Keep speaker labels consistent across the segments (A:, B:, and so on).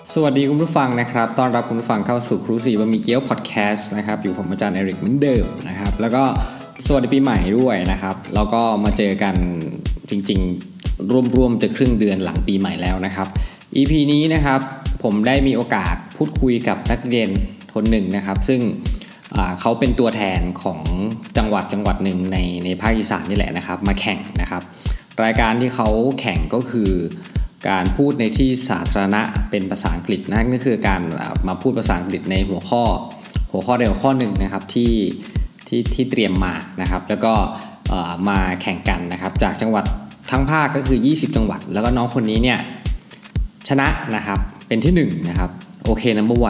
A: สวัสดีคุณผู้ฟังนะครับต้อนรับคุณผู้ฟังเข้าสู่ครูสีบะหมี่เกี๊ยวพอดแคสต์นะครับอยู่ผมอาจารย์เอริกเหมือนเดิมนะครับแล้วก็สวัสดีปีใหม่ด้วยนะครับแล้วก็มาเจอกันจริงๆร่วมจะครึ่งเดือนหลังปีใหม่แล้วนะครับ EP นี้นะครับผมได้มีโอกาสพูดคุยกับนักเรียนคนหนึ่งนะครับซึ่งเขาเป็นตัวแทนของจังหวัดหนึ่งในภาคอีสานนี่แหละนะครับมาแข่งนะครับรายการที่เขาแข่งก็คือการพูดในที่สาธารณะเป็นภาษาอังกฤษนั่นก็คือการมาพูดภาษาอังกฤษในหัวข้อใดหัวข้อหนึ่งนะครับที่เตรียมมานะครับแล้วก็มาแข่งกันนะครับจากจังหวัดทั้งภาคก็คือ20จังหวัดแล้วก็น้องคนนี้เนี่ยชนะนะครับเป็นที่1นะครับโอเค number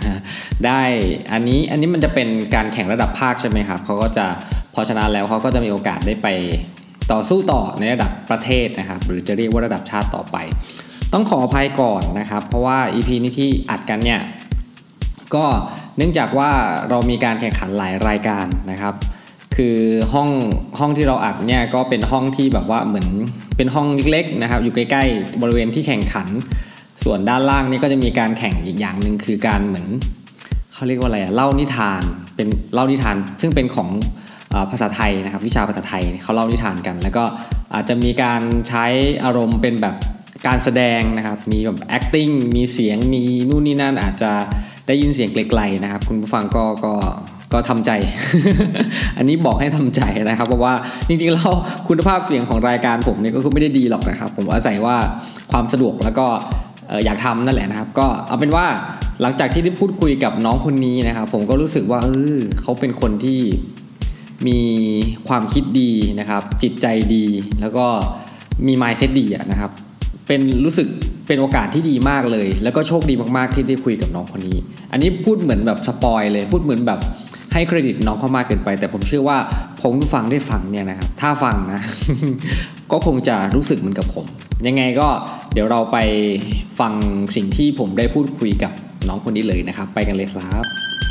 A: 1 ได้อันนี้มันจะเป็นการแข่งระดับภาคใช่ไหมครับเขาก็จะพอชนะแล้วเขาก็จะมีโอกาสได้ไปต่อสู้ต่อในระดับประเทศนะครับหรือจะเรียกว่าระดับชาติต่อไปต้องขออภัยก่อนนะครับเพราะว่า EP นี้ที่อัดกันเนี่ยก็เนื่องจากว่าเรามีการแข่งขันหลายรายการนะครับคือห้องที่เราอัดเนี่ยก็เป็นห้องที่แบบว่าเหมือนเป็นห้องเล็กๆนะครับอยู่ใกล้ๆบริเวณที่แข่งขันส่วนด้านล่างนี่ก็จะมีการแข่งอีกอย่างนึงคือการเหมือนเขาเรียกว่าอะไรเล่านิทานเป็นเล่านิทานซึ่งเป็นของภาษาไทยนะครับวิชาภาษาไทยเขาเล่านิทานกันแล้วก็อาจจะมีการใช้อารมณ์เป็นแบบการแสดงนะครับมีแบบ acting มีเสียงมีนู่นนี่นั่นอาจจะได้ยินเสียงไกลๆนะครับคุณผู้ฟังก็ทำใจ อันนี้บอกให้ทำใจนะครับเพราะว่าจริงๆแล้วคุณภาพเสียงของรายการผมเนี่ยก็คือไม่ได้ดีหรอกนะครับผมอาศัยว่าความสะดวกแล้วก็อยากทำนั่นแหละนะครับก็เอาเป็นว่าหลังจากที่ได้พูดคุยกับน้องคนนี้นะครับผมก็รู้สึกว่าเขาเป็นคนที่มีความคิดดีนะครับจิตใจดีแล้วก็มี mindset ดีนะครับรู้สึกเป็นโอกาสที่ดีมากเลยแล้วก็โชคดีมากๆที่ได้คุยกับน้องคนนี้อันนี้พูดเหมือนแบบสปอยเลยพูดเหมือนแบบให้เครดิตน้องเขามากเกินไปแต่ผมเชื่อว่าผมฟังได้ฟังเนี่ยนะครับถ้าฟังนะ ก็คงจะรู้สึกเหมือนกับผมยังไงก็เดี๋ยวเราไปฟังสิ่งที่ผมได้พูดคุยกับน้องคนนี้เลยนะครับไปกันเลยครับ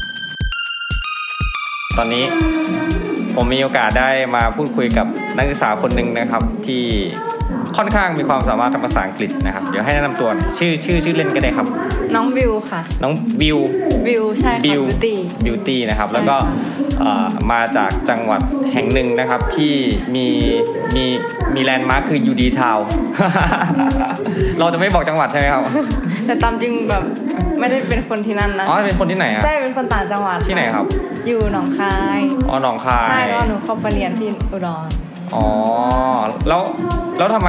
A: ตอนนี้ผมมีโอกาสได้มาพูดคุยกับนักศึกษาคนหนึ่งนะครับที่ค่อนข้างมีความสามารถทางภาษาอังกฤษนะครับเดี๋ยวให้แนะนำตัวชื่อเล่นก็ได้ครับ
B: น้องวิวค่ะ
A: น้องวิว
B: ใช่ค่ะบิวตี้
A: นะครับแล้วก็มาจากจังหวัดแห่งหนึ่งนะครับที่มีแลนด์มาร์คคือยูดีทาวน์ เราจะไม่บอกจังหวัดใช่ไหมครับ
B: แต่ตามจริงแบบไม่ได้เป็นคนที่นั่นนะ
A: อ๋อเป็นคนที่ไหนอ่ะ
B: ใช่เป็นคนต่างจังหวัด
A: ที่ไหนครับ
B: อยู่หนองคาย
A: อ๋อหนองคาย
B: ใช่ก็หนูเข้าไปเรียนที่อุดร
A: อ๋อแล้วทำไม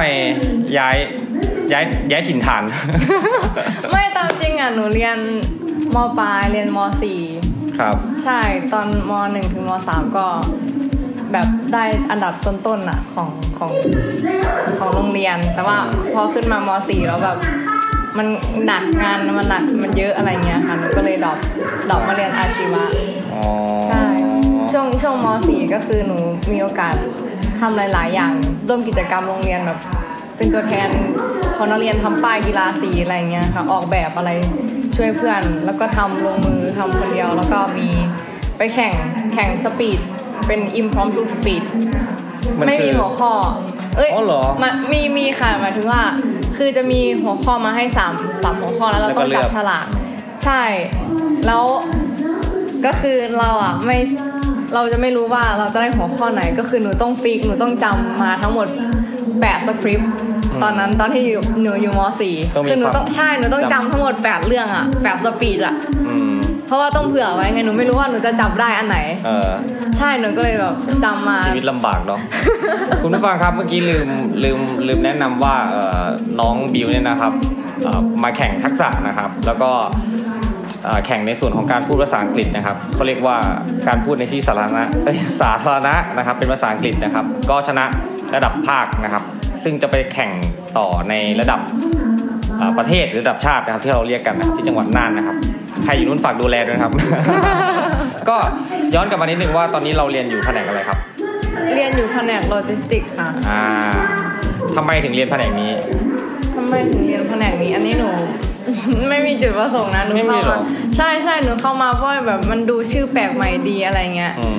A: ย้ายถิ่นฐาน
B: ไม่ตามจริงอ่ะหนูเรียนม.ปลายเรียนม.4
A: ครับ
B: ใช่ตอนม.1 ถึงม.3 ก็แบบได้อันดับต้นๆอ่ะของโรงเรียนแต่ว่าพอขึ้นมาม.4 แล้วแบบมันหนักงานมันเยอะอะไรเงี้ยค่ะหนูก็เลยดรอปมาเรียนอาชีวะ
A: อ๋อ
B: ใช่ช่วงม.4 ก็คือหนูมีโอกาสทำหลายๆอย่างร่วมกิจกรรมโรงเรียนแบบเป็นตัวแทนของนักเรียนทำป้ายกีฬาสีอะไรเงี้ยค่ะออกแบบอะไรช่วยเพื่อนแล้วก็ทำลงมือทำคนเดียวแล้วก็มีไปแข่งสปีดเป็น impromptu speed ไม่มีหัวข้อ
A: อ๋อเหรอ
B: มีค่ะหมายถึงว่าคือจะมีหัวข้อมาให้3หัวข้อแล้วเราต้องจับฉลากใช่แล้วก็คือเราจะไม่รู้ว่าเราจะได้หัวข้อไหนก็คือหนูต้องฟิกหนูต้องจำมาทั้งหมด8สคริปต์ตอนที่หนูอยู่ม.4 คือหนูต้องจำทั้งหมด8เรื่องอ่ะ8สปีชอ่ะเพราะว่าต้องเผื่อไว้ไงหนูไม่รู้ว่าหนูจะจับได้อันไหนใช่หนูก็เลยแบบจำมา
A: ชีวิตลำบากเนาะ คุณผู้ฟังครับเมื่อกี้ลืมแนะนำว่าน้องบิวเนี่ยนะครับมาแข่งทักษะนะครับแล้วก็แข่งในส่วนของการพูดภาษาอังกฤษนะครับเขาเรียกว่าการพูดในที่สาธารณะนะครับเป็นภาษาอังกฤษนะครับก็ชนะระดับภาคนะครับซึ่งจะไปแข่งต่อในระดับประเทศหรือระดับชาตินะครับที่เราเรียกกันนะที่จังหวัดน่านนะครับใครอยู่นู้นฝากดูแลด้วยครับ ก็ย้อนกลับมานิดนึงว่าตอนนี้เราเรียนอยู่แผนกอะไรครับ
B: เรียนอยู่แผนกโลจิสติกค่ะ
A: ทำไมถึงเรียนแผนกนี้
B: อันนี้หนูไม่มีจุดประสงค์นะหนูเข้ามาใช่หนูเข้ามาเพราะแบบมันดูชื่อแปลกใหม่ดีอะไรเงี้ย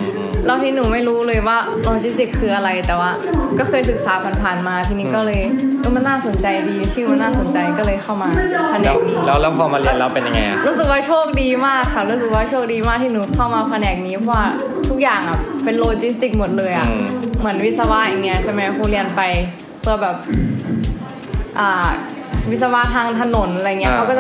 B: แล้วที่หนูไม่รู้เลยว่าโลจิสติกคืออะไรแต่ว่าก็เคยศึกษาผ่านๆมาทีนี้ก็เลยมันน่าสนใจดีชื่อมันน่าสนใจก็เลยเข้ามาแผนกนี้
A: แล้วพอมาเรียนแล้วเป็นยังไงอะ
B: รู้สึกว่าโชคดีมากค่ะรู้สึกว่าโชคดีมากที่หนูเข้ามาแผนกนี้เพราะว่าทุกอย่างอ่ะเป็นโลจิสติกหมดเลยอ่ะเหมือนวิศวะอย่างเงี้ยใช่ไหมครูเรียนไปเพื่อแบบวิศวะทางถนนอะไรเงี้ยเขาก็จะ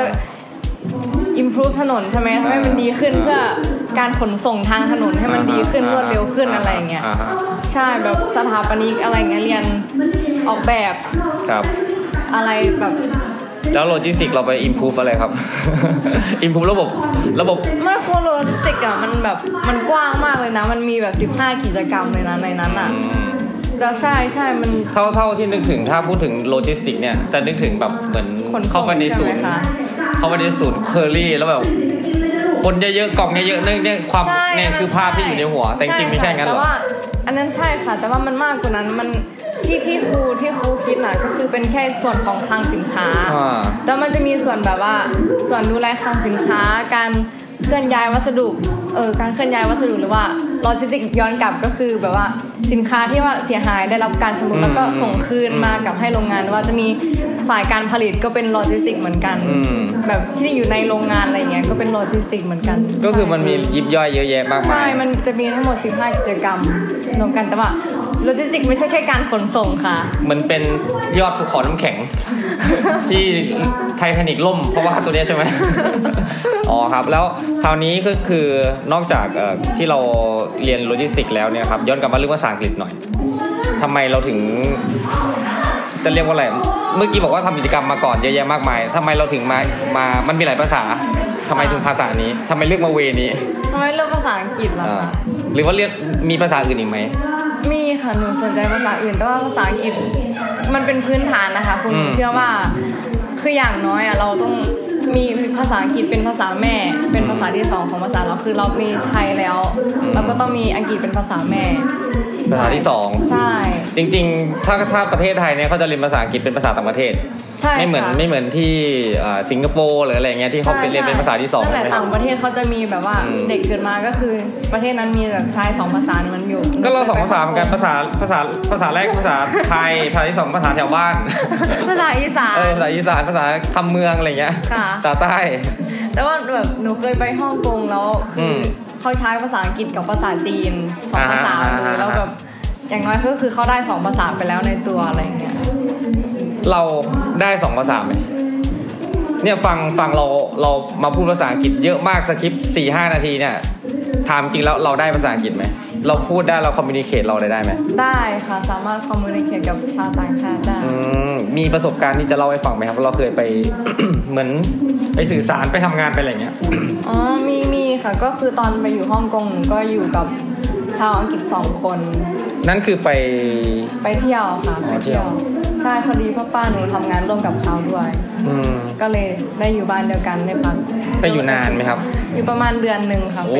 B: improve ถนนใช่ไหมทำให้มันดีขึ้นเพื่อการขนส่งทางถนนให้มันดีขึ้นรวดเร็วขึ้นอะไรอย่างเงี้ยใช่แบบสถาปนิกอะไรเงี้ยเรียนออกแบบ
A: ครับ
B: อะไรแบบ
A: แล้วโลจิสติกเราไป improve อะไรครับ improve ระบบ
B: ไม่โคโลจิสติกอะมันแบบมันกว้างมากเลยนะมันมีแบบ15กิจกรรมเลยนะในนั้นอะจะใช่มัน
A: เท่าที่นึกถึงถ้าพูดถึงโลจิสติกเนี่ยจะนึกถึงแบบเหมือนเข้าไปในศูนย์เคอรี่แล้วแบบคนเยอะๆกล่องเยอะๆเนี่ยความเนี่ยคือภาพที่อยู่ในหัวแต่จริงไม่ใช่งั้นหรอ
B: แต่ว่าอันนั้นใช่ค่ะแต่ว่ามันมากกว่านั้นมันที่ครูคิดน่ะก็คือเป็นแค่ส่วนของคลังสินค้าแต่มันจะมีส่วนแบบว่าส่วนดูแลคลังสินค้าการเคลื่อนย้ายวัสดุการเคลื่อนย้ายวัสดุหรือว่าโลจิสติกย้อนกลับก็คือแบบว่าสินค้าที่ว่าเสียหายได้รับการชำรุดแล้วก็ส่งคืนมากับให้โรงงานว่าจะมีฝ่ายการผลิตก็เป็นโลจิสติกเหมือนกันแบบที่อยู่ในโรงงานอะไรเงี้ยก็เป็นโลจิสติกเหมือนกัน
A: ก็คือมันมียิบย่อยเยอะแยะมากมาย
B: ใช่มันจะมีทั้งหมด15กิจกรรมรวมกันแต่ว่าโลจิสติกไม่ใช่แค่การขนส่งค่ะ
A: มันเป็นยอดภูเขาน้ำแข็ง ที่ไททานิคล่มเพราะว่าตัวนี้ใช่ไหม อ๋อครับแล้วคราวนี้ก็คือนอกจากที่เราเรียนโลจิสติกแล้วเนี่ยครับย้อนกลับมาเรื่องภาษาอังกฤษหน่อยทำไมเราถึงจะเรียกว่าอะไรเมื่อกี้บอกว่าทำกิจกรรมมาก่อนเยอะแยะมากมายทำไมเราถึงมามันมีหลายภาษาทำไมถึงภาษานี้ทำไมเลือกมาเวนี้
B: ทำไมเลือกภาษาอังกฤษล่ะ
A: หรือว่าเรียกมีภาษาอื่นอีกไหม
B: มีค่ะหนูสนใจภาษาอื่นแต่ว่าภาษาอังกฤษมันเป็นพื้นฐานนะคะคุณเชื่อว่าคืออย่างน้อยเราต้องมีภาษาอังกฤษเป็นภาษาแม่เป็นภาษาที่2ของภาษาเราคือเรามีไทยแล้วเราก็ต้องมีอังกฤษเป็นภาษาแม่
A: ภาษาที่2
B: ใช่
A: จริงๆถ้าประเทศไทยเนี่ยเขาจะเรียนภาษาอังกฤษเป็นภาษาต่างประเทศไม่เหมือนที่สิงคโปร์หรืออะไรเงี้ยที่เขาเรียนเป็นภาษาที่2
B: นั่นแหละต่างประเทศเขาจะมีแบบว่าเด็กเกิดมาก็คือประเทศนั้นมีแบบใช้2ภาษามันอยู่
A: ก็เรา2ภาษาเหมือนกันภาษาแรกภาษาไทยภาษาที่2ภาษาแถวบ้าน
B: ภาษาอีสาน
A: ภาษาอีสานภาษาคำเมืองอะไรเงี้ยภาษาใต้
B: แต่ว่าแบบหนูเคยไปฮ่องกงแล้วคือเขาใช้ภาษาอังกฤษกับภาษาจีน2ภาษาเลยแล้วแบบอย่างน้อยก็คือเขาได้2ภาษาไปแล้วในตัวอะไรเงี้ย
A: เราได้2ภาษาไหมเนี่ยฟังเรามาพูดภาษาอังกฤษเยอะมากสคริปต์ 4-5 นาทีเนี่ยถามจริงแล้วเราได้ภาษาอังกฤษไหมเราพูดได้เราคอมมิวนิเคตเราได้ไหม
B: ได้ค่ะสามารถคอมมิวนิเคตกับชาวต่างชาติได้
A: มีประสบการณ์ที่จะเล่าให้ฟังไหมครับเราเคยไป เหมือนไปสื่อสารไปทำงานไปอะไรเงี้ย
B: อ๋อมีค่ะก็คือตอนไปอยู่ฮ่องกงก็อยู่กับชาวอังกฤษ2คน
A: นั่นคือไป
B: เที่ยวค่ะไปเที่ยวใช่พอดีพ่อป้าหนูทำงานร่วมกับเขาด้วยก็เลยได้อยู่บ้านเดียวกันได้พัก
A: ไปอยู่นานไหมครับ
B: อยู่ประมาณเดือนนึงค่ะ
A: โอ้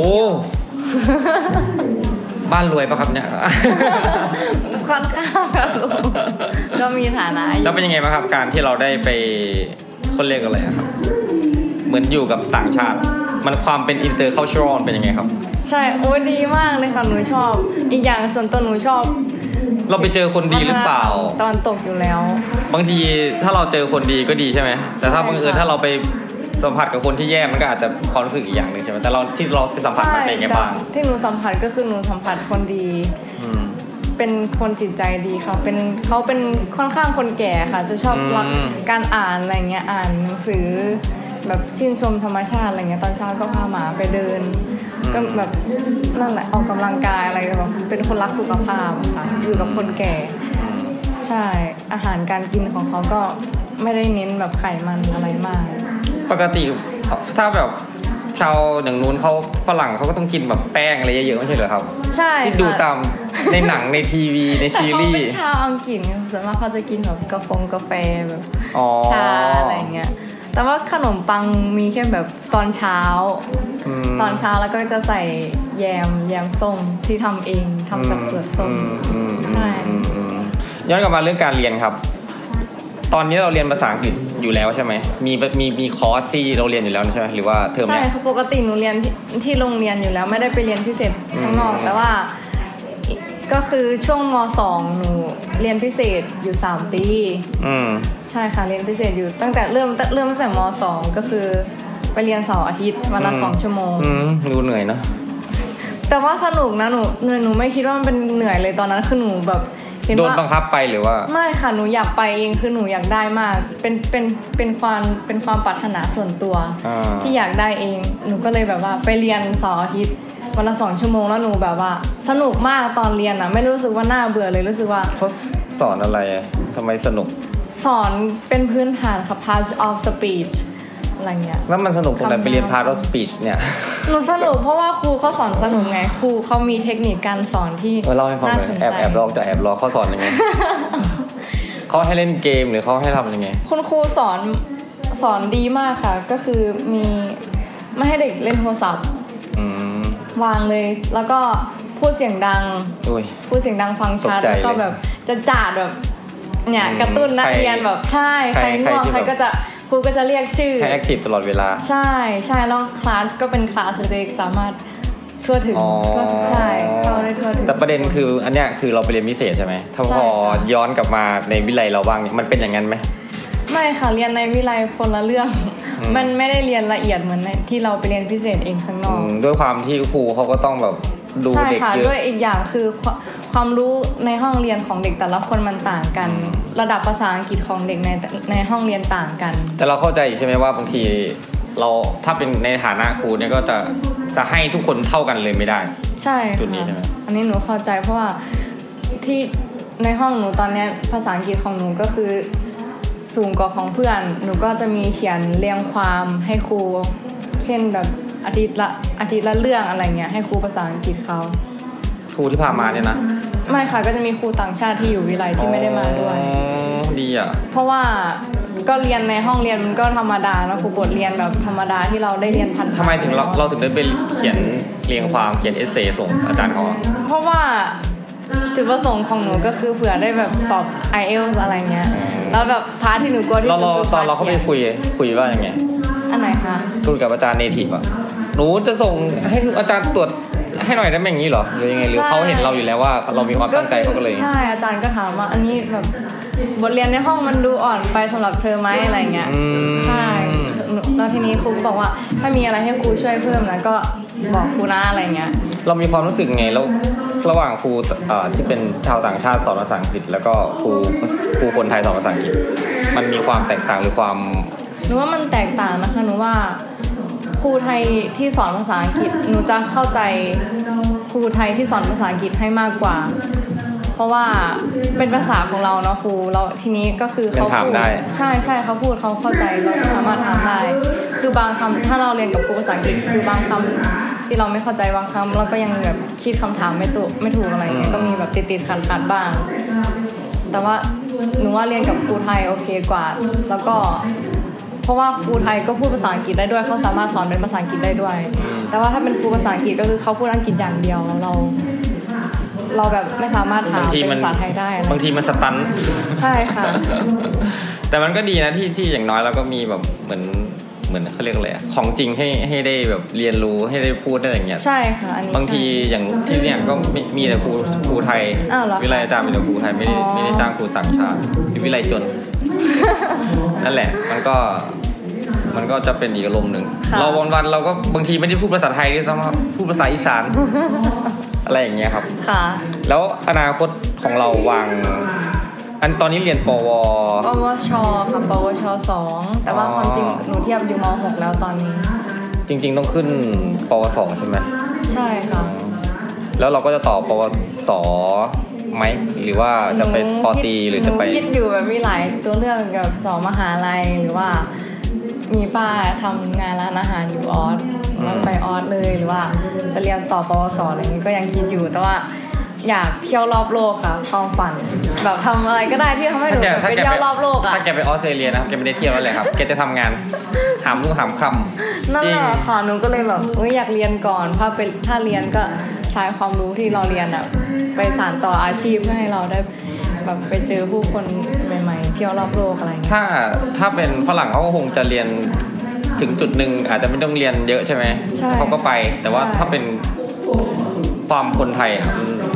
A: บ้านรวยปะครับเนี่ย
B: ค่อนข้างค่ะก็มีฐานะ
A: แล้วเป็นยังไงบ้างครับการที่เราได้ไปเขาเรียกอะไรครับเหมือนอยู่กับต่างชาติมันความเป็น intercultural เป็นยังไงครับ
B: ใช่โอ้ดีมากเลยค่ะหนูชอบอีกอย่างส่วนตัวหนูชอบ
A: เราไปเจอคนดีหรือเปล่า
B: ตอนตกอยู่แล้ว
A: บางทีถ้าเราเจอคนดีก็ดีใช่ไหมแต่ถ้าบังเอิญถ้าเราไปสัมผัสกับคนที่แย่มันก็อาจจะความรู้สึกอีกอย่างนึงใช่ไหมแต่เราที่เราสัมผัสมันเป็นยังไงบ้าง
B: ที่หนูสัมผัสก็คือหนูสัมผัสคนดีเป็นคนจิตใจดีเขาเป็นค่อนข้างคนแก่ค่ะจะชอบรักการอ่านอะไรเงี้ยอ่านหนังสือแบบชื่นชมธรรมชาติอะไรเงี้ยตอนเช้าก็พาหมาไปเดินก็แบบนั่นแหละออกกำลังกายอะไรแบบเป็นคนรักสุขภาพค่ะอยู่กับคนแก่ใช่อาหารการกินของเขาก็ไม่ได้เน้นแบบไขมันอะไรมาก
A: ปกติถ้าแบบชาวอย่างนู้นเขาฝรั่งเขาก็ต้องกินแบบแป้งอะไรเยอะๆไม่ใช่เหรอครับ
B: ใช่
A: ที่ดูตามในหนังในทีวีในซีรีส์
B: ชาวอังกฤษส่วนมากเขาจะกินแบบกาแฟแบบชาอะไรเงี้ยแต่ว่าขนมปังมีแค่แบบตอนเช้าแล้วก็จะใส่แยมส้มที่ทำเองทำจากเปลือกส้มใช่
A: ย้อนกลับมาเรื่องการเรียนครับตอนนี้เราเรียนภาษาอังกฤษอยู่แล้วใช่ไหมมีคอร์สที่เราเรียนอยู่แล้วใช่ไหมหรือว่าเทอม
B: ใช่ค่ะปกติหนูเรียนที่โรงเรียนอยู่แล้วไม่ได้ไปเรียนพิเศษข้างนอกแต่ว่าก็คือช่วงม.2 หนูเรียนพิเศษอยู่3 ปีใช่ค่ะเรียนพิเศษอยู่ตั้งแต่เริ่มตั้งแต่ม.2 ก็คือไปเรียนเสาร์อาทิตย์วันละ2 ชั่วโมง
A: ดูเหนื่อยเนาะ
B: แต่ว่าสนุกนะหนูไม่คิดว่ามันเป็นเหนื่อยเลยตอนนั้นคือหนูแบบ
A: โดนบังคับไปหรือว่า
B: ไม่ค่ะหนูอยากไปเองคือหนูอยากได้มากเป็นความปรารถนาส่วนตัวที่อยากได้เองหนูก็เลยแบบว่าไปเรียนเสาร์อาทิตย์วันละ2 ชั่วโมงแล้วหนูแบบว่าสนุกมากตอนเรียนอ่ะไม่รู้สึกว่าน่าเบื่อเลยรู้สึกว่า
A: เขาสอนอะไรทำไมสนุก
B: สอนเป็นพื้นฐานค่ะ part of speech อะไรเงี้ย
A: แล้วมันสนุกตรงไหนไปเรียน part of speech เนี่ย
B: หนูสนุกเพราะว่าครูเขาสอนสนุกไงครูเขามีเทคนิคการสอนที่
A: น่าสนใจแอบลองเขาสอนยังไง เขาให้เล่นเกมหรือเขาให้ทำยังไง
B: คุณครูสอนดีมากค่ะก็คือมีไม่ให้เด็กเล่นโทรศัพท์วางเลยแล้วก็พูดเสียงดังพูดเสียงดังฟังชัดแล้วก็แบบจะจ่าแบบเนี่ยกระตุ้นนักเรียนแบบใช่ใครง่วงใครก็จะครูก็จะเรียกชื่อ
A: ให้แอคทีฟตลอดเวลา
B: ใช่แล้วคลาสก็เป็นคลาสเด็กสามารถทั่วถึงใช่เข้าได้ทั่วถึง
A: แต่ประเด็นคืออันเนี้ยคือเราไปเรียนพิเศษใช่ไหมถ้าพอย้อนกลับมาในวิไลเราบ้างมันเป็นอย่างนั้นไหม
B: ไม่ค่ะเรียนในวิไลคนละเรื่องมันไม่ได้เรียนละเอียดเหมือนที่เราไปเรียนพิเศษเองข้างนอก
A: ด้วยความที่ครูเขาก็ต้องแบบดูเด็กเยอะ
B: ด้วยอีกอย่างคือความรู้ในห้องเรียนของเด็กแต่ละคนมันต่างกันระดับภาษาอังกฤษของเด็กในห้องเรียนต่างกัน
A: แต่เราเข้าใจใช่ไหมว่าบางทีเราถ้าเป็นในฐานะครูเนี่ยก็จะให้ทุกคนเท่ากันเลยไม่ได้
B: ใช่จุดนี้ใช่ไหมอันนี้หนูเข้าใจเพราะว่าที่ในห้องหนูตอนนี้ภาษาอังกฤษของหนูก็คือสูงกว่าของเพื่อนหนูก็จะมีเขียนเรียงความให้ครูเช่นแบบอาทิตย์ละเรื่องอะไรเงี้ยให้ครูภาษาอังกฤษเขา
A: ครูที่พามาเนี่ยนะ
B: ไม่ค่ะก็จะมีครูต่างชาติที่อยู่วิไลที่ไม่ได้มาด้วย
A: ดีอ่ะ
B: เพราะว่าก็เรียนในห้องเรียนมันก็ธรรมดานะครูบทเรียนแบบธรรมดาที่เราได้เรียนทัน
A: ทำไมถึงเราถึงได้ไปเขียนเรียงความเขียนเอเซ่ส่งอาจารย์เขา
B: เพราะว่าจุดประสงค์ของหนูก็คือเผื่อได้แบบสอบ IELTS อะไรเงี้ยแล้วแบบพาร์ทที่หนูกลัวที่สุด
A: ตอนเราเข้าไปคุยว่ายังไง
B: อันไหนคะ
A: คุยกับอาจารย์เนทีฟอ่ะหนูจะส่งให้อาจารย์ตรวจให้หน่อยได้ไหมอย่างนี้เหรอหรือยังไงหรือเขาเห็นเราอยู่แล้วว่าเรามีความตั้งใจเขาก็เลย
B: ใช่อาจารย์ก็ถามว่าอันนี้แบบบทเรียนในห้องมันดูอ่อนไปสำหรับเธอไหมอะไรเงี้ยใช่แล้วทีนี้ครูก็บอกว่าถ้ามีอะไรให้ครูช่วยเพิ่มนะก็บอกครูนะอะไรเงี้ย
A: เรามีความรู้สึกไงแล้วระหว่างครูที่เป็นชาวต่างชาติสอนภาษาอังกฤษแล้วก็ครูคนไทยสอนภาษาอังกฤษมันมีความแตกต่างหรือความ
B: หนูว่ามันแตกต่างนะคะหนูว่าครูไทยที่สอนภาษาอังกฤษหนูจะเข้าใจครูไทยที่สอนภาษาอังกฤษให้มากกว่าเพราะว่าเป็นภาษาของเราเนาะครูเราทีนี้ก็คือเขาพูดใช่เขาพูดเขาเข้าใจเราสามารถถามได้คือบางคำถ้าเราเรียนกับครูภาษาอังกฤษคือบางคำที่เราไม่เข้าใจบางคำเราก็ยังแบบคิดคำถามไม่ถูกอะไรเงี้ยก็มีแบบติดขัดบ้างแต่ว่าหนูว่าเรียนกับครูไทยโอเคกว่าแล้วก็เพราะว่าครูไทยก็พูดภาษาอังกฤษได้ด้วยเขาสามารถสอนเป็นภาษาอังกฤษได้ด้วยแต่ว่าถ้าเป็นครูภาษาอังกฤษก็คือเขาพูดอังกฤษอย่างเดียวเราแบบไม่สามารถถามเป็นภาษาไทยได้
A: บางทีมันสตัน
B: ใช่ค่ะ
A: แต่มันก็ดีนะที่อย่างน้อยเราก็มีแบบเหมือนเขาเรียกอะไรของจริงให้ได้แบบเรียนรู้ให้ได้พูดได้อย่างเงี้ย
B: ใช่ค่ะอันนี้
A: บางทีอย่างที่เนี่ยก็มีแต่ครูไทยวิไลอาจารย์มีแต่ครูไทยไม่ได้จ้างครูต่างชาติวิไลจนนั่นแหละมันก็จะเป็นอีกอารมณ์หนึ่งเราวันเราก็บางทีไม่ได้พูดภาษาไทยด้วยซ้ำพูดภาษาอีสานอะไรอย่างเงี้ยครับ
B: ค่ะ
A: แล้วอนาคตของเราวางตอนนี้เรียนปว
B: ชค่ะปวช2แต่ว่าความจริงหนูเทียบอยู่ม6แล้วตอนนี้
A: จริงๆต้องขึ้นปวสใช่ไหม
B: ใช่ค่ะ
A: แล้วเราก็จะต่อปวสไหมหรือว่าจะไปปตรีหรือจะไป
B: คิดอยู่แบบมีหลายตัวเลือกกับสมหาลัยหรือว่ามีป้าทำงานร้านอาหารอยู่ออสแล้วไปออสเลยหรือว่าจะเรียนต่อปวสอะไรอย่างนี้ก็ยังคิดอยู่แต่ว่าอยากเที่ยวรอบโลกค่ะความฝันแบบทำอะไรก็ได้ที่ทำให้หนูไปเที่ยวรอบโลกอ่ะ
A: ถ้าแกไปออสเตรเลียนะครับแกไม่ได้เที่ยวแล้วแหละครับแกจะทำงานหามลูกหามค่
B: ำนั่นแหละค่ะหนูก็เลยแบบอยากเรียนก่อนถ้าเรียนก็ใช้ความรู้ที่เราเรียนอ่ะไปสานต่ออาชีพเพื่อให้เราได้แบบไปเจอผู้คนใหม่ๆเที่ยวรอบโลกอะไร
A: ถ้าเป็นฝรั่งเขาก็คงจะเรียนถึงจุดนึงอาจจะไม่ต้องเรียนเยอะใช่ไหมเขาก็ไปแต่ว่าถ้าเป็นความคนไทยครับ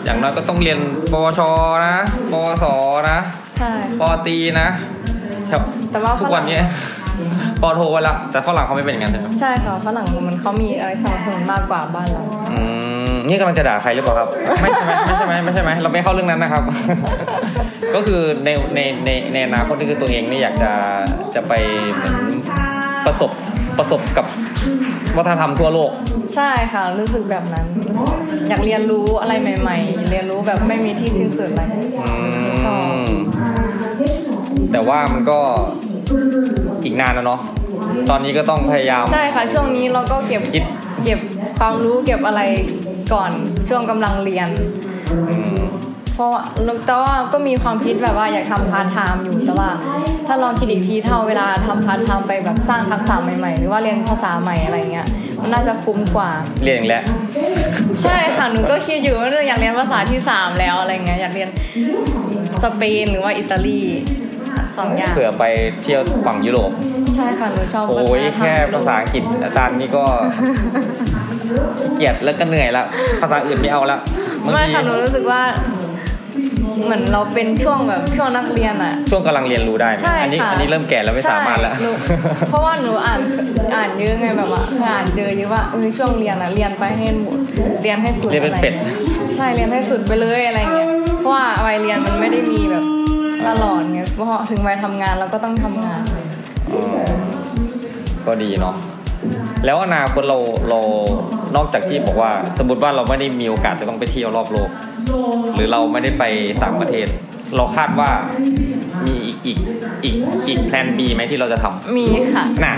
A: อย่างน้อยก็ต้องเรียนปวชนะปวสนะ
B: ใช่
A: ปตรีนะครับแต่ว่าทุกวันนี้ปโทไว้ละแต่ฝรั่งเขาไม่เป็นอย่างนั้นใช่ไหม
B: ใช่ค่ะฝรั่งมันเขามีอะไรสนับสนุนมากกว่าบ้านเรา
A: นี่กำลังจะด่าใครหรือเปล่าครับไม่ใช่ไหมเราไม่เข้าเรื่องนั้นนะครับ ก็คือในอนาคตนี่คือตัวเองนี่อยากจะไปเหมือนประสบกับวัฒนธรรมทั่วโลก
B: ใช่ค่ะรู้สึกแบบนั้นอยากเรียนรู้อะไรใหม่ๆเรียนรู้แบบไม่มีที่สิ้นสุดอะไรชอบ
A: แต่ว่ามันก็อีกนานนะเนาะตอนนี้ก็ต้องพยายาม
B: ใช่ค่ะช่วงนี้เราก็เก็บความรู้เก็บอะไรก่อนช่วงกำลังเรียนเพราะแต่ว่าก็มีความคิดแบบว่าอยากทำพาร์ทไทม์อยู่แต่ว่าถ้าลองคิดอีกทีเท่าเวลาทำพาร์ทไทม์ไปแบบสร้างทักษะใหม่ๆหรือว่าเรียนภาษาใหม่อะไรเงี้ยมันน่าจะคุ้มกว่า
A: เรียนอีกแล้ว
B: ใช่ค่ะหนูก็คิดอยู่ว่าอยากเรียนภาษาที่3แล้วอะไรเงี้ยอยากเรียนสเปนหรือว่าอิตาลี2อย่าง
A: เผื่อไปเที่ยวฝั่งยุโรป
B: ใช่ค่ะหนูชอบ
A: โอ้ยแค่ภาษาอังกฤษอาจารย์นี่ก็ขี้เกียจแล้วก็เหนื่อยแล้วภาษาอื่นไม่เอาแล้ว
B: ไม่ค่ะหนูรู้สึกว่าเหมือนเราเป็นช่วงแบบช่วงนักเรียนอะ
A: ช่วงกำลังเรียนรู้ได้อันนี้เริ่มแก่แล้วไม่สามารถแล้ว
B: เพราะว่าหนูอ่านเยอะไงแบบว่าอ่านเจอเยอะว่าช่วงเรียนอะเรียนไปให้หมดเรียนให้สุดอะไรใช่เรียนให้สุดไปเลยอะไรเงี้ยเพราะว่าวัยเรียนมันไม่ได้มีแบบตลอดไงเพราะถึงวัยทำงานเราก็ต้องทำงาน
A: ก็ดีเนาะแล้วอนาคตเรานอกจากที่บอกว่าสมมติว่าเราไม่ได้มีโอกาสจะต้องไปเที่ยวรอบโลกหรือเราไม่ได้ไปต่างประเทศเราคาดว่ามีอีกแพลน B ไหมที่เราจะทำ
B: มีค่ะ
A: น่ะ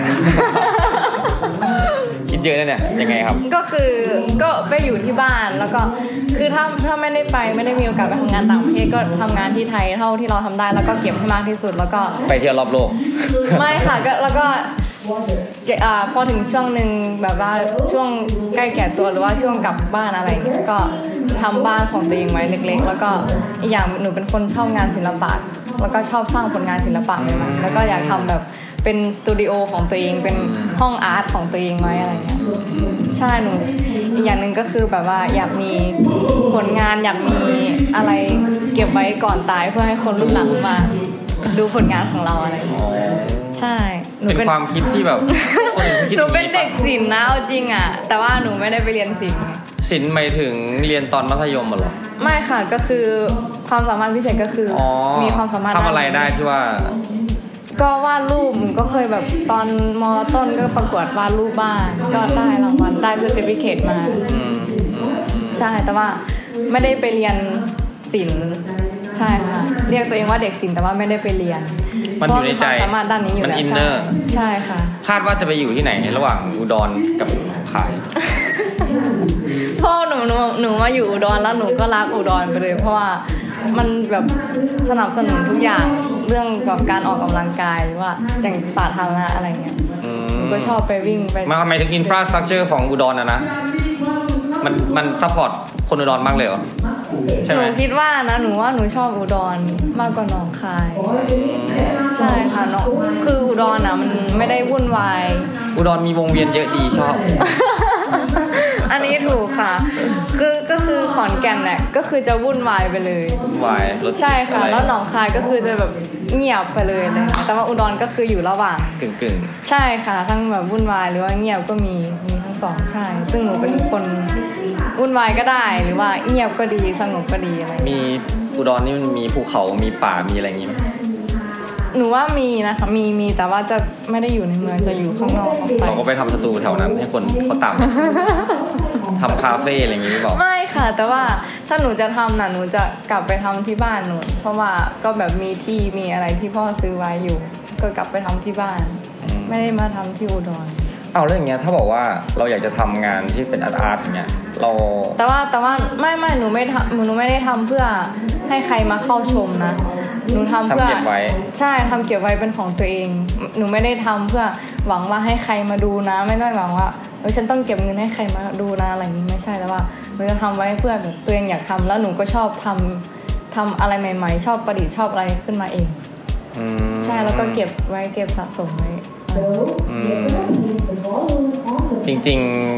A: คิดเยอะนะเนี่ยยังไงครับ
B: ก็คือก็ไปอยู่ที่บ้านแล้วก็คือถ้าไม่ได้ไปไม่ได้มีโอกาสไปทำงานต่างประเทศก็ทำงานที่ไทยเท่าที่เราทำได้แล้วก็เก็บให้มากที่สุดแล้วก็
A: ไปเที่ยวรอบโลก
B: ไม่ค่ะก็แล้วก็พอถึงช่วงนึงแบบว่าช่วงใกล้แก่ตัวหรือว่าช่วงกลับบ้านอะไรก็ทำบ้านของตัวเองไว้เล็กๆแล้วก็อีกอย่างหนูเป็นคนชอบงานศิลปะแล้วก็ชอบสร้างผลงานศิลปะแล้วก็อยากทำแบบเป็นสตูดิโอของตัวเองเป็นห้องอาร์ตของตัวเองไว้อะไรเงี้ยใช่หนูอีกอย่างนึงก็คือแบบว่าอยากมีผลงานอยากมีอะไรเก็บไว้ก่อนตายเพื่อให้คนรุ่นหลังมาดูผลงานของเราอะไรใช่
A: หนูเป็นความคิดที่แบบคนอื่นคิด
B: หนูเป็นเด็กศิลป์นะเอาจริงอ่ะแต่ว่าหนูไม่ได้ไปเรียนศิลป์
A: ศิลป์หมายถึงเรียนตอนมัธยมเหรอ
B: ไม่ค่ะก็คือความสามารถพิเศษก็คือมีความสามารถ
A: ทำอะไรได้ที่ว่า
B: ก็วาดรูปหนูก็เคยแบบตอนม.ต้นก็ประกวดวาดรูปบ้างก็ได้รางวัลได้เซอร์ติฟิเคตมาใช่แต่ว่าไม่ได้ไปเรียนศิลป์ใช่ค่ะเรียกตัวเองว่าเด็กศิลป์แต่ว่าไม่ได้ไปเรียน
A: มันอยู่ในใจ
B: สามารถด้านนี้อยู่
A: แล้ว
B: ใช่ค่ะ
A: คาดว่าจะไปอยู่ที่ไหนระหว่างอุดรกับขาย
B: พ่อหนูมาอยู่อุดรแล้วหนูก็รักอุดรไปเลยเพราะว่ามันแบบสนับสนุนทุกอย่างเรื่องกับการออกกำลังกายหรือว่าอย่างสาธารณะอะไรเงี้ยหนูก็ชอบไปวิ่งไป
A: มาหมายถึงอินฟราสตรัคเจอร์ของอุดรนะมันซัพพอร์ตคนอุดรมากเลยเหรอ
B: หนูคิดว่านะหนูว่าหนูชอบอุดรมากกว่าหนองคายใช่ค่ะเนาะคืออุดรน่ะมันไม่ได้วุ่นวาย
A: อุดรมีวงเวียนเยอะดีชอบ
B: อันนี้ถูกค่ะก็คือขอนแก่นแหละก็คือจะวุ่นวายไปเลย
A: วุ่นวาย
B: ใช่ค่ะแล้วหนองคายก็คือจะแบบเงียบไปเลยนะคะแต่ว่าอุดรก็คืออยู่ระหว่าง
A: กึ่ง
B: ใช่ค่ะทั้งแบบวุ่นวายหรือว่าเงียบก็มีทั้งสองใช่ซึ่งหนูเป็นคนวุ่นวายก็ได้หรือว่าเงียบก็ดีสงบก็ดีอะไร
A: มีอุดรนี่มันมีภูเขามีป่ามีอะไรอย่างงี้มั้ย
B: หนูว่ามีนะคะมีแต่ว่าจะไม่ได้อยู่ในเมืองจะอยู่ข้างนอก
A: เราก็ไปทำสตูแถวนั้นให้คนเขาตามทำคาเฟ่อะไรอย่างงี้บอก
B: ไม่ค่ะแต่ว่าถ้าหนูจะทำน่ะหนูจะกลับไปทำที่บ้านหนูเพราะว่าก็แบบมีที่มีอะไรที่พ่อซื้อไว้อยู่ก็กลับไปทำที่บ้านไม่ได้มาทำที่อุดร
A: เอาเรื่องเงี้ยถ้าบอกว่าเราอยากจะทำงานที่เป็นอาร์ตอย่างเงี้ยเรา
B: แต่ว่าไม่หนูไม่ได้ทำเพื่อให้ใครมาเข้าชมนะหนูทำเพื่อใช่ทำเก็บไว้เป็นของตัวเองหนูไม่ได้ทำเพื่อหวังว่าให้ใครมาดูนะไม่ได้หวังว่าฉันต้องเก็บเงินให้ใครมาดูนะอะไรอย่างนี้ไม่ใช่แต่ว่าหนูจะทำไว้เพื่อแบบตัวเองอยากทำแล้วหนูก็ชอบทำอะไรใหม่ๆชอบประดิษฐ์ชอบอะไรขึ้นมาเองใช่แล้วก็เก็บไว้เก็บสะสมไว้
A: จริงๆ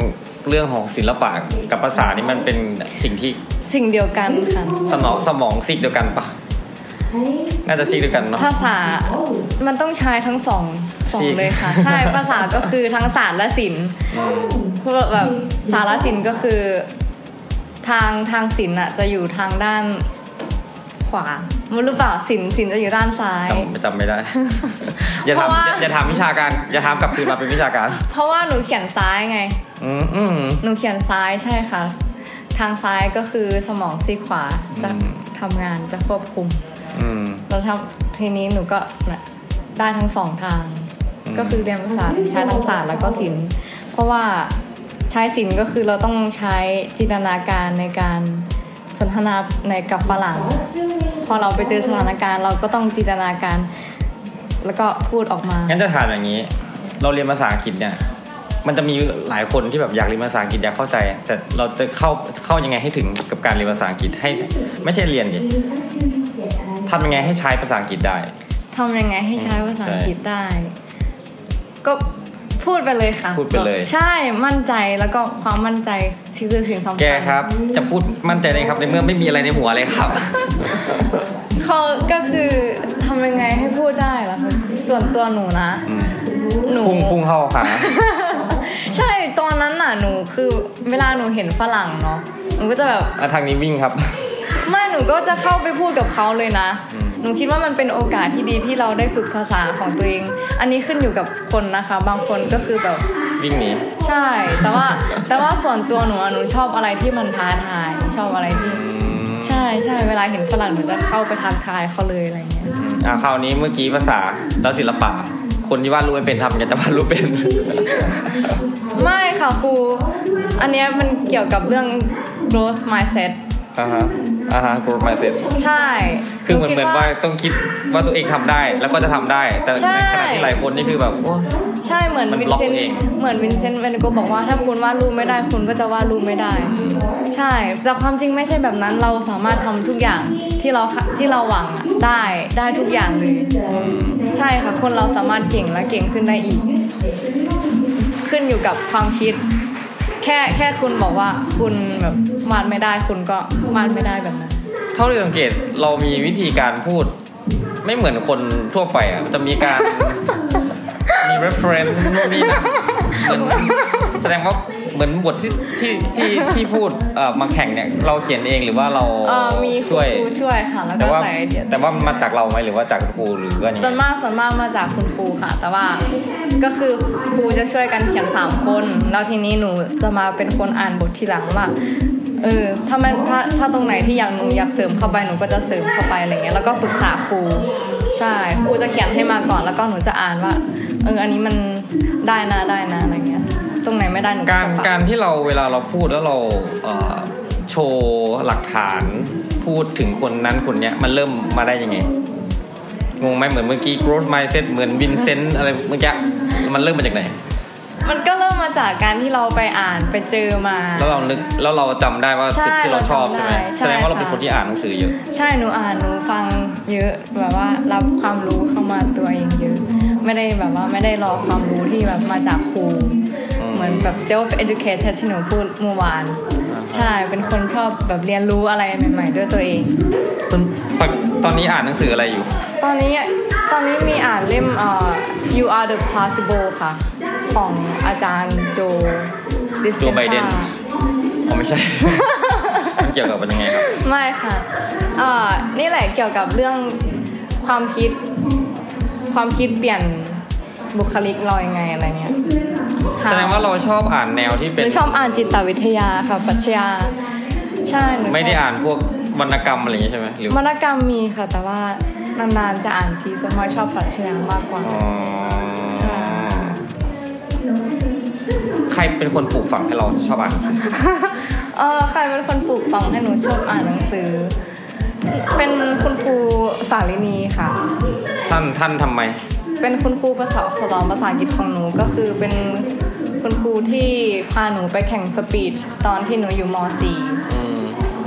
A: เรื่องของศิลปะกับภาษานี่มันเป็นสิ่ง
B: เดียวกันค่ะ
A: สมองซีกเดียวกันปะน่าจะซีกเดียวกันเนาะ
B: ภาษามันต้องใช้ทั้งสองเลยค่ะใช่ภาษาก็คือทั้งศาสตร์และศิลป์แบบศาสตร์และศิลป์ก็คือทางศิลป์อ่ะจะอยู่ทางด้านขวารู้หรือเปล่าศิลป์จะอยู่ด้านซ้าย
A: จำไม่ได้ อย่าถามวิชาการอย่าถามกลับคืนมาเป็นวิชาการ
B: เพราะว่าหนูเขียนซ้ายไงหนูเขียนซ้ายใช่ค่ะทางซ้ายก็คือสมองซีกขวาจะทำงานจะควบคุมแล้วทีนี้หนูก็ได้ทั้งสองทางก็คือเรียนภาษาใช้ทั้งศาสตร์แล้วก็ศิลป์เพราะว่าใช้ศิลป์ก็คือเราต้องใช้จินตนาการในการสนทนาในกับฝรั่งพอเราไปเจอสถานการณ์เราก็ต้องจินตนาการแล้วก็พูดออกมา
A: งั้นจะถามอย่างนี้เราเรียนภาษาอังกฤษเนี่ยมันจะมีหลายคนที่แบบอยากเรียนภาษาอังกฤษอยากเข้าใจแต่เราจะเข้ายังไงให้ถึงกับการเรียนภาษาอังกฤษให้ไม่ใช่เรียนดิทำยังไงให้ใช้ภาษาอังกฤษได้
B: ทำยังไงให้ใช้ภาษาอังกฤษได้ก็พูดไปเลยค่ะ
A: พูดไปเลย
B: ใช่มั่นใจแล้วก็ความมั่นใจคือสิ่งสำคัญ
A: แกครับจะพูดมั่นใจเลยครับในเมื่อไม่มีอะไรในหัวเลยครับ
B: เขาก็คือทำยังไงให้พูดได้ล่ะส่วนตัวหนูนะ
A: หนูพุ่งเข้าค่ะ
B: ใช่ตอนนั้นน่ะหนูคือเวลาหนูเห็นฝรั่งเนาะหนูก็จะแบบ
A: ทางนี้วิ่งครับ
B: ไม่หนูก็จะเข้าไปพูดกับเขาเลยนะหนูคิดว่ามันเป็นโอกาสที่ดีที่เราได้ฝึกภาษาของตัวเองอันนี้ขึ้นอยู่กับคนนะคะบางคนก็คือแบบ
A: วิ่งหนี
B: ใช่แต่ว่าส่วนตัวหนูชอบอะไรที่มันท้าทายชอบอะไรที่ใช่เวลาเห็นฝรั่งหนูจะเข้าไปทักทายเขาเลยอะไรเงี้ย
A: คราวนี้เมื่อกี้ภาษาแล้วศิลปะคนที่วาดรูปไม่เป็นทำกันจะวาดรูปเป็น
B: ไม่ค่ะครูอันนี้มันเกี่ยวกับเรื่อง growth mindset
A: growth mindset
B: ใช่
A: คือเหมือนว่าต้องคิดว่าตัวเองทำได้แล้วก็จะทำได้แต่ในขณะที่หลายคนนี่คือแบบ
B: ใช่เหมือนวินเซนต์เวนโกบอกว่าถ้าคุณวาดรูปไม่ได้คุณก็จะวาดรูปไม่ได้ใช่แต่ความจริงไม่ใช่แบบนั้นเราสามารถทำทุกอย่างที่เราหวังได้ทุกอย่างเลยใช่ค่ะคนเราสามารถเก่งและเก่งขึ้นได้อีกขึ้นอยู่กับความคิดแค่คุณบอกว่าคุณแบบวาดไม่ได้คุณก็วาดไม่ได้แบบนั้น
A: เท่าที่สังเกตเรามีวิธีการพูดไม่เหมือนคนทั่วไปอ่ะจะมีการมี reference นู่นนี่นะแสดงว่าเหมือนบทที่พูดมาแข่งเนี่ยเราเขียนเองหรือว่าเรา
B: มีครูช่วยค่ะแล้วก็ใส่ไอเดีย
A: แต่ว่ามาจากเราไหมหรือว่าจากครูหรือว่า
B: ส่วนมากมาจากคุณครูค่ะแต่ว่าก็คือครูจะช่วยกันเขียน3คนแล้วทีนี้หนูจะมาเป็นคนอ่านบททีหลังว่าถ้าตรงไหนที่หนูอยากเสริมเข้าไปหนูก็จะเสริมเข้าไปอะไรเงี้ยแล้วก็ปรึกษาครูใช่ครูจะเขียนให้มาก่อนแล้วก็หนูจะอ่านว่าอันนี้มันได้นะอะไรเงี้ยตรงไหนไม่ได้หนู
A: การที่เราเวลาเราพูดแล้วเราโชว์หลักฐานพูดถึงคนนั้นคนเนี้ยมันเริ่มมาได้ยังไงงงไหมเหมือนเมื่อกี้ growth mindset เหมือนวินเซนต์อะไรเมื่อกี้มันเริ่มมาจากไหน
B: มันก็เริ่มมาจากการที่เราไปอ่านไปเจอมา
A: แล้วเรานึกแล้วเราจำได้ว่าจุดที่เราชอบใช่ไหมแสดงว่าเราเป็นคนที่อ่านหนังสือเยอะ
B: ใช่หนูอ่านหนูฟังเยอะแบบว่ารับความรู้เข้ามาตัวเองเยอะไม่ได้แบบว่าไม่ได้รอความรู้ที่แบบมาจากครูเหมือนแบบ self educated ที่หนูพูดเมื่อวานใช่เป็นคนชอบแบบเรียนรู้อะไรใหม่ๆด้วยตัวเอง
A: ตอนนี้อ่านหนังสืออะไรอยู่
B: ตอนนี้มีอ่านเล่มYou Are the Possible ค่ะของอาจารย์โจ
A: ไบเดนไม่ใช่ เกี่ยวกับเป็นยังไงครับ
B: ไม่ค่ะนี่แหละเกี่ยวกับเรื่องความคิดเปลี่ยนบุคลิกเรายังไงอะไรเงี้ย
A: แสดงว่าเราชอบอ่านแนวที่เป็น
B: ชอบอ่านจิตวิทยาค่ะปรัชญาใช่
A: ไม่ได้อ่านพวกวรรณกรรมอะไรอย่างงี้ใช่ไหมหรือ
B: วรรณกรรมมีค่ะแต่ว่านานๆจะอ่านทีส่วนมากชอบปรัชญามากกว่า
A: ใครเป็นคนปลูกฝังให้เราชอบอ่านหนังสือ
B: ใครเป็นคนปลูกฝังให้หนูชอบอ่านหนังสือเป็นคุณครูสาลินีค่ะ
A: ท่านทำไม
B: เป็นคุณครูสอนภาษาอังกฤษของหนูก็คือเป็นคุณครูที่พาหนูไปแข่งสปีชตอนที่หนูอยู่ม.4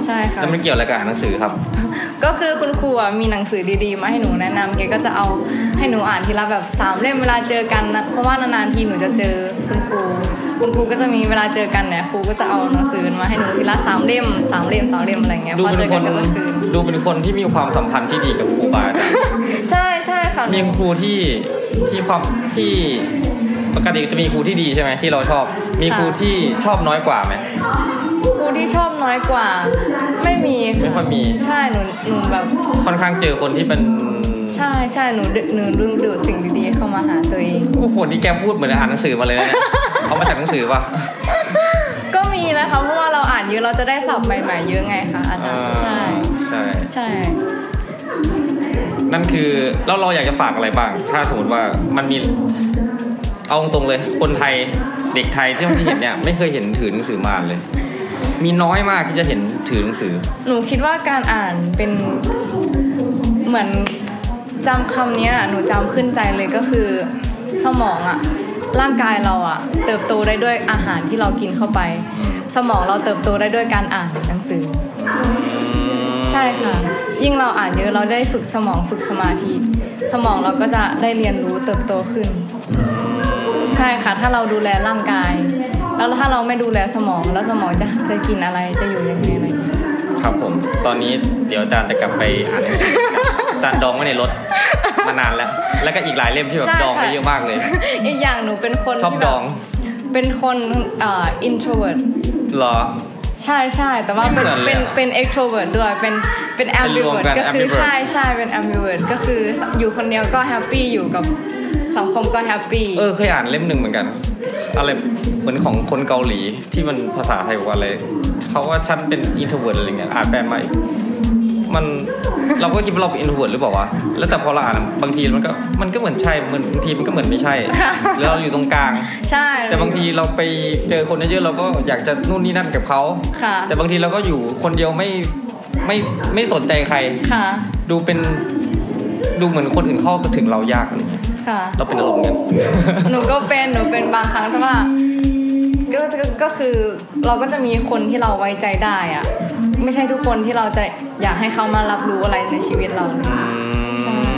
B: ใช่ค่ะ
A: แล้วมันเกี่ยวอะไรกับหนังสือครับ
B: ก็คือคุณครูมีหนังสือดีๆมาให้หนูแนะนำแกก็จะเอาให้หนูอ่านทีละแบบ3 เล่มเวลาเจอกันนะเพราะว่านานๆทีหนูจะเจอคุณครูก็จะมีเวลาเจอกันเนี่ยครูก็จะเอาหนังสือมาให้หนูทีละ3 เล่มอะไรเงี้ยพอเจอกันก็คืน
A: ดูเป็นคนที่มีความสัมพันธ์ที่ดีกับครูบาอาจารย์
B: ใช่ค่ะ
A: มีครูที่ความที่ปกติจะมีครูที่ดีใช่ไหมที่เราชอบมีครูที่ชอบน้อยกว่าไหม
B: ครูที่ชอบน้อยกว่าไม่
A: ค่อยมี
B: ใช่หนูแบบ
A: ค่อนข้างเจอคนที่เป็น
B: ใช่หนูดึงดูดสิ่งดีๆเข้ามาหาตัวเอง
A: โอ้โหที่แกพูดเหมือนอ่านหนังสือมาเลยนะเอามาจากหนังสือป่ะ
B: ก็มีนะคะเพราะว่าเราอ่านเยอะเราจะได้ศัพท์ใหม่ๆเยอะไงคะอาจารย์ใช่
A: นั่นคือแล้วเราอยากจะฝากอะไรบ้างถ้าสมมติว่ามันมีเอาตรงๆเลยคนไทยเด็กไทยที่เห็นเนี่ยไม่เคยเห็นถือหนังสือมาเลยมีน้อยมากที่จะเห็นถือหนังสือ
B: หนูคิดว่าการอ่านเป็นเหมือนจำคำนี้น่ะหนูจำขึ้นใจเลยก็คือสมองอะร่างกายเราอะเติบโตได้ด้วยอาหารที่เรากินเข้าไปสมองเราเติบโตได้ด้วยการอ่านหนังสือใช่ค่ะยิ่งเราอ่านเยอะเราได้ฝึกสมองฝึกสมาธิสมองเราก็จะได้เรียนรู้เติบโตขึ้นใช่ค่ะถ้าเราดูแลร่างกายแล้วถ้าเราไม่ดูแลสมองแล้วสมองจะกินอะไรจะอยู่ยังไงอะไร
A: ครับผมตอนนี้เดี๋ยวอาจารย์จะกลับไปอ่านหนังสืออาจารย์ดองไว้ในรถมานานแล้วก็อีกหลายเล่มที่แบบดองไว้เยอะมากเลย
B: อีกอย่างหนูเป็นคน
A: ชอบดอง
B: เป็นคนintrovert
A: เหรอ
B: ใช่แต่ว่าเป็น extrovert ด้วยเป็น ambivert ก็คือใช่เป็น ambivert ก็คืออยู่คนเดียวก็แฮปปี้อยู่กับสังคมก็แฮปปี้
A: เคยอ่านเล่มนึงเหมือนกันอะไรเหมือนของคนเกาหลีที่มันภาษาไทยบอกว่าอะไรเขาว่าฉันเป็น introvert อะไรเงี้ยอ่านแปลมามันเราก็คิดว่าเราเป็น introvert หรือเปล่าวะแล้วแต่พอเราอ่านบางทีมันก็เหมือนใช่บางทีมันก็เหมือนไม่ใช่แล้วเราอยู่ตรงกลาง
B: ใช่
A: แต่บางทีเราไปเจอคนเยอะๆเราก็อยากจะนู่นนี่นั่นกับเขาแต่บางทีเราก็อยู่คนเดียวไม่สนใจใครดูเหมือนคนอื่นเข้าถึงเรายากเราเป็นอารมณ์กัน
B: หนูเป็นบางครั้งแต่ว่าก็คือเราก็จะมีคนที่เราไว้ใจได้อะไม่ใช่ทุกคนที่เราจะอยากให้เขามารับรู้อะไรในชีวิตเราใช่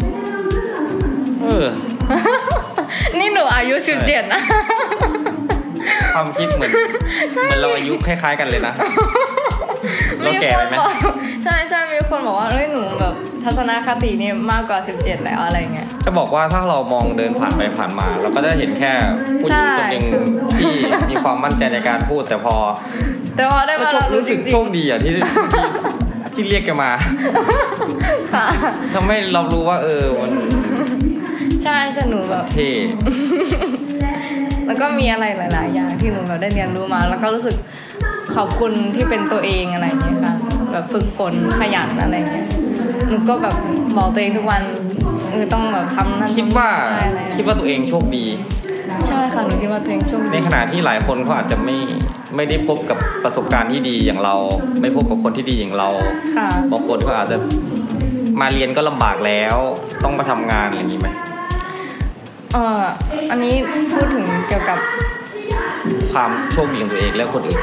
B: นี่หนูอายุ17นะ
A: ความคิดเหมือนเราอายุคล้ายๆกันเลยนะเราแก่ไปไหม
B: ใช่มีคนบอกว่าหนูแบบทัศนคตินี่มากกว่า17แล้วอะไรเงี้ย
A: จะบอกว่าถ้าเรามองเดินผ่านไปผ่านมาเราก็จะเห็นแค่ผู้หญิงคนนึงที่มีความมั่นใจในการพูดแต่พอ
B: ได้มา
A: รู้สึกโชคดีอ่ะที่เรียกแกมา
B: ค่ะ
A: ทำให้เรารู้ว่ามัน
B: ใช่หนูแบบ
A: เท่
B: แล้วก็มีอะไรหลายๆอย่างที่หนูแบบได้เรียนรู้มาแล้วก็รู้สึกขอบคุณที่เป็นตัวเองอะไรอย่างเงี้ยค่ะแบบฝึกฝนขยันอะไรอย่างเงี้ยหนูก็แบบบอกตัวเองทุกวันต้องแบบทำนั่น
A: คิดว่าตัวเองโชคดี
B: ใช่ค่ะหนูคิดว่าตัวเองโชคดี
A: ในขณะที่หลายคนเขาอาจจะไม่ได้พบกับประสบการณ์ที่ดีอย่างเราไม่พบกับคนที่ดีอย่างเราบางคนเขาอาจจะมาเรียนก็ลำบากแล้วต้องมาทำงานอย่างนี้ไหม
B: อันนี้พูดถึงเกี่ยวกับ
A: ความโชคดีของตัวเองและคนอื่น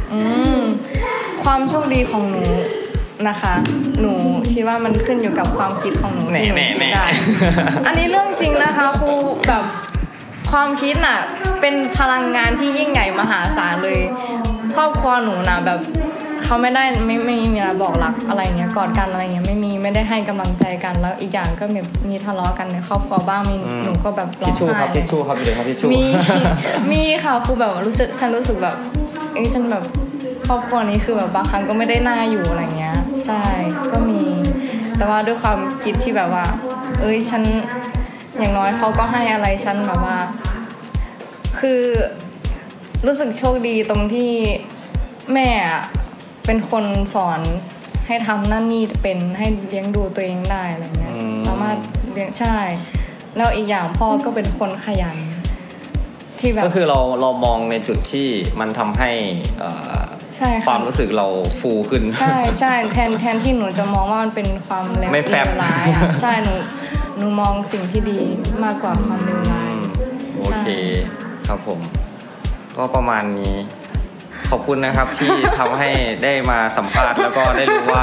B: ความโชคดีของหนูนะคะหนูคิดว่ามันขึ้นอยู่กับความคิดของหนูที่หนูคิดได้อันนี้เรื่องจริงนะคะครูแบบความคิดน่ะเป็นพลังงานที่ยิ่งใหญ่มหาศาลเลยครอบครัวหนูน่ะแบบเขาไม่มีเวลาบอกรักอะไรเงี้ยกอดกันอะไรเงี้ยไม่ได้ให้กำลังใจกันแล้วอีกอย่างก็มีทะเลาะกันในครอบครัวบ้างหนูก็แบบร้องไห้
A: ทิชชู่ครับเดี๋ยวครับทิชชู่
B: มีค่ะครูแบบฉันรู้สึกแบบฉันแบบครอบครัวนี้คือแบบบางครั้งก็ไม่ได้น่าอยู่อะไรเงี้ยใช่ก็มีแต่ว่าด้วยความคิดที่แบบว่าฉันอย่างน้อยเขาก็ให้อะไรฉันแบบว่าคือรู้สึกโชคดีตรงที่แม่เป็นคนสอนให้ทำนั่นนี่เป็นให้เลี้ยงดูตัวเองได้อะไรเงี้ยสามารถเลี้ยงใช่แล้วอีกอย่างพ่อก็เป็นคนขยันที่แบบ
A: ก็คือเรามองในจุดที่มันทำให้ความรู้สึกเราฟูขึ้น
B: ใช่แทนที่หนูจะมองว่ามันเป็นความเลวร้ายอ่ะใช่หนูมองสิ่งที่ดีมากกว่าความเลวร้าย
A: โอเคครับผมก็ประมาณนี้ขอบคุณนะครับที่ทำให้ได้มาสัมภาษณ์แล้วก็ได้รู้ว่า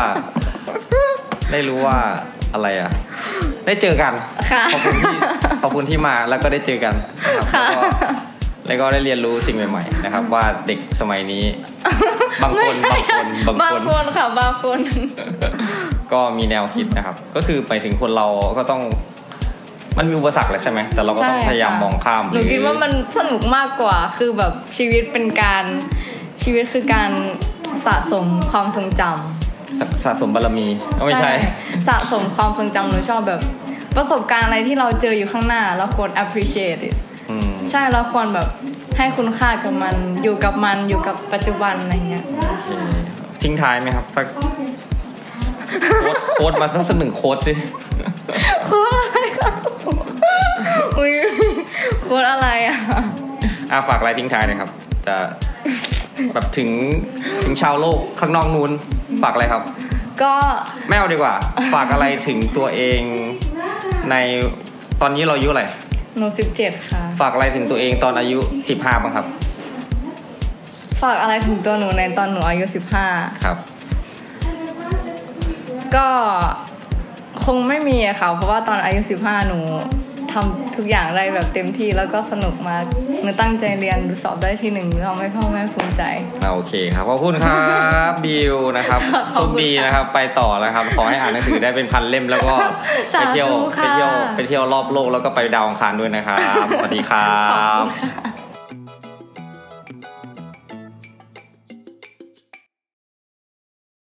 A: อะไรอ่ะได้เจอกันขอบคุณที่มาแล้วก็ได้เจอกันนะครับแล้วก็ได้เรียนรู้สิ่งใหม่ๆนะครับว่าเด็กสมัยนี้บางคนค่ะบางคนก็มีแนวคิดนะครับก็คือไปถึงคนเราก็ต้องมันมีอุปสรรคแหละใช่ไหมแต่เราก็ต้องพยายามมองข้าม
B: หนูคิดว่ามันสนุกมากกว่าคือแบบชีวิตคือการสะสมความทรงจำ
A: สะสมบารมีไม่ใช่
B: สะสมความทรงจำหนูชอบแบบประสบการณ์อะไรที่เราเจออยู่ข้างหน้าเราควร appreciate it ใช่เราควรแบบให้คุณค่ากับมันอยู่กับปัจจุบันอะไรเงี้ย
A: ทิ้งท้ายไหมครับสักโค้ดมาสักหนึ่งโค้ดสิ
B: โค้ดอะไรครับอุ้ยโค้ดอะไร
A: ฝากอะไรทิ้งท้ายหน่อยครับจะแบบถึงชาวโลกข้างนอกนู้นฝากอะไรครับ
B: ก็
A: ไม่เอาดีกว่าฝากอะไรถึงตัวเองในตอนนี้เราอายุอะไร
B: หนู17ค่ะ
A: ฝากอะไรถึงตัวเองตอนอายุ15บ้างครับ
B: ฝากอะไรถึงตัวหนูในตอนหนูอายุ15
A: ครับ
B: ก็คงไม่มีอะค่ะเพราะว่าตอนอายุ15หนูทำทุกอย่างได้แบบเต็มที่แล้วก็สนุกมากหนูตั้งใจเรียนสอบได้ที่1ทำให้พ่อแม่ภูมิใจ
A: โอเคครับขอบคุณครับบิวนะครับโชคดีนะครับไปต่อนะครับขอให้อ่านหนังสือได้เป็นพันเล่มแล้วก็ไปเที่ยวรอบโลกแล้วก็ไปดาวอังคารด้วยนะครับสวัสดีครับ